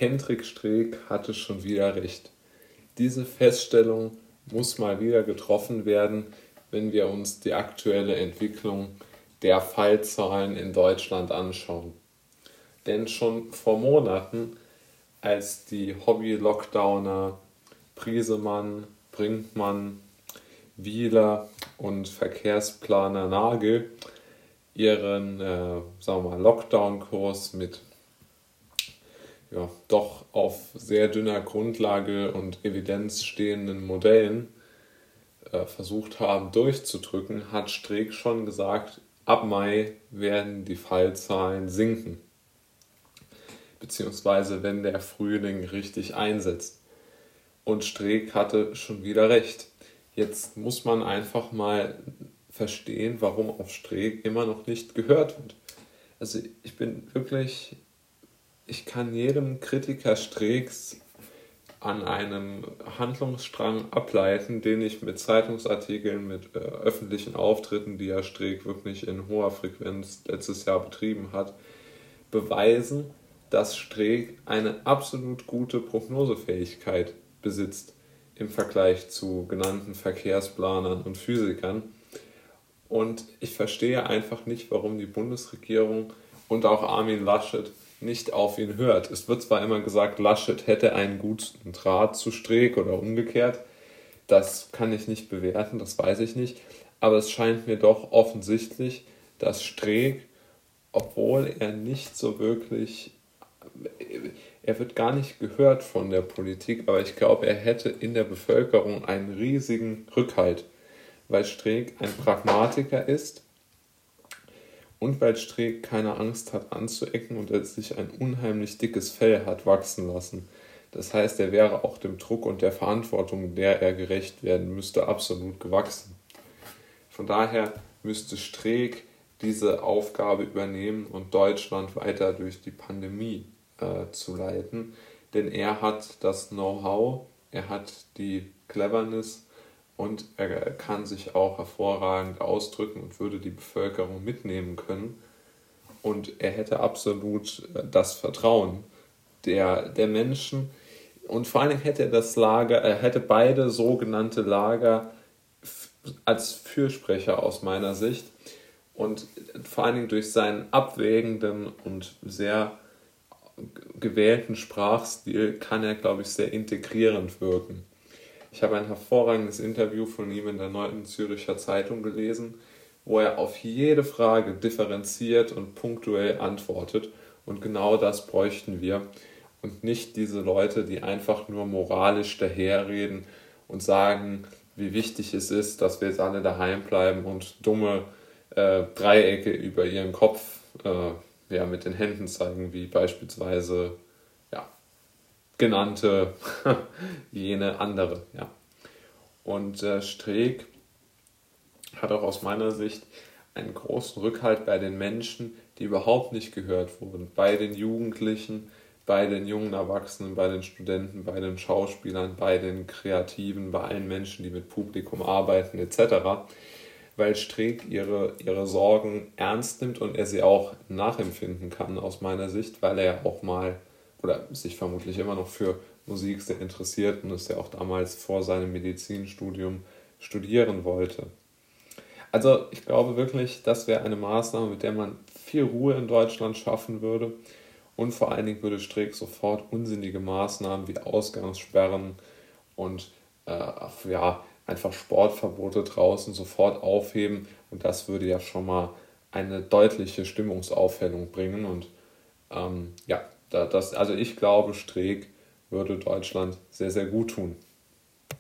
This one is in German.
Hendrik Streeck hatte schon wieder recht. Diese Feststellung muss mal wieder getroffen werden, wenn wir uns die aktuelle Entwicklung der Fallzahlen in Deutschland anschauen. Denn schon vor Monaten, als die Hobby-Lockdowner Briesemann, Brinkmann, Wieler und Verkehrsplaner Nagel ihren Lockdown-Kurs mit doch auf sehr dünner Grundlage und Evidenz stehenden Modellen versucht haben durchzudrücken, hat Streeck schon gesagt, ab Mai werden die Fallzahlen sinken. Beziehungsweise wenn der Frühling richtig einsetzt. Und Streeck hatte schon wieder recht. Jetzt muss man einfach mal verstehen, warum auf Streeck immer noch nicht gehört wird. Also ich kann jedem Kritiker Streecks an einem Handlungsstrang ableiten, den ich mit Zeitungsartikeln, mit öffentlichen Auftritten, die ja Streeck wirklich in hoher Frequenz letztes Jahr betrieben hat, beweisen, dass Streeck eine absolut gute Prognosefähigkeit besitzt im Vergleich zu genannten Verkehrsplanern und Physikern. Und ich verstehe einfach nicht, warum die Bundesregierung und auch Armin Laschet nicht auf ihn hört. Es wird zwar immer gesagt, Laschet hätte einen guten Draht zu Streeck oder umgekehrt. Das kann ich nicht bewerten, das weiß ich nicht. Aber es scheint mir doch offensichtlich, dass Streeck, obwohl er nicht so wirklich, er wird gar nicht gehört von der Politik, aber ich glaube, er hätte in der Bevölkerung einen riesigen Rückhalt, weil Streeck ein Pragmatiker ist und weil Streeck keine Angst hat anzuecken und er sich ein unheimlich dickes Fell hat wachsen lassen. Das heißt, er wäre auch dem Druck und der Verantwortung, der er gerecht werden müsste, absolut gewachsen. Von daher müsste Streeck diese Aufgabe übernehmen und Deutschland weiter durch die Pandemie zu leiten, denn er hat das Know-how, er hat die Cleverness und er kann sich auch hervorragend ausdrücken und würde die Bevölkerung mitnehmen können und er hätte absolut das Vertrauen der Menschen und vor allen Dingen hätte er hätte beide sogenannte Lager als Fürsprecher aus meiner Sicht und vor allen Dingen durch seinen abwägenden und sehr gewählten Sprachstil kann er, glaube ich, sehr integrierend wirken. Ich habe ein hervorragendes Interview von ihm in der Neuen Zürcher Zeitung gelesen, wo er auf jede Frage differenziert und punktuell antwortet. Und genau das bräuchten wir. Und nicht diese Leute, die einfach nur moralisch daherreden und sagen, wie wichtig es ist, dass wir jetzt alle daheim bleiben und dumme Dreiecke über ihren Kopf mit den Händen zeigen, wie beispielsweise genannte jene andere. Ja. Und Streeck hat auch aus meiner Sicht einen großen Rückhalt bei den Menschen, die überhaupt nicht gehört wurden. Bei den Jugendlichen, bei den jungen Erwachsenen, bei den Studenten, bei den Schauspielern, bei den Kreativen, bei allen Menschen, die mit Publikum arbeiten etc., weil Streeck ihre Sorgen ernst nimmt und er sie auch nachempfinden kann aus meiner Sicht, weil er auch mal oder sich vermutlich immer noch für Musik sehr interessiert und es ja auch damals vor seinem Medizinstudium studieren wollte. Also ich glaube wirklich, das wäre eine Maßnahme, mit der man viel Ruhe in Deutschland schaffen würde und vor allen Dingen würde Streeck sofort unsinnige Maßnahmen wie Ausgangssperren und einfach Sportverbote draußen sofort aufheben und das würde ja schon mal eine deutliche Stimmungsaufhellung bringen und also ich glaube, Streeck würde Deutschland sehr, sehr gut tun.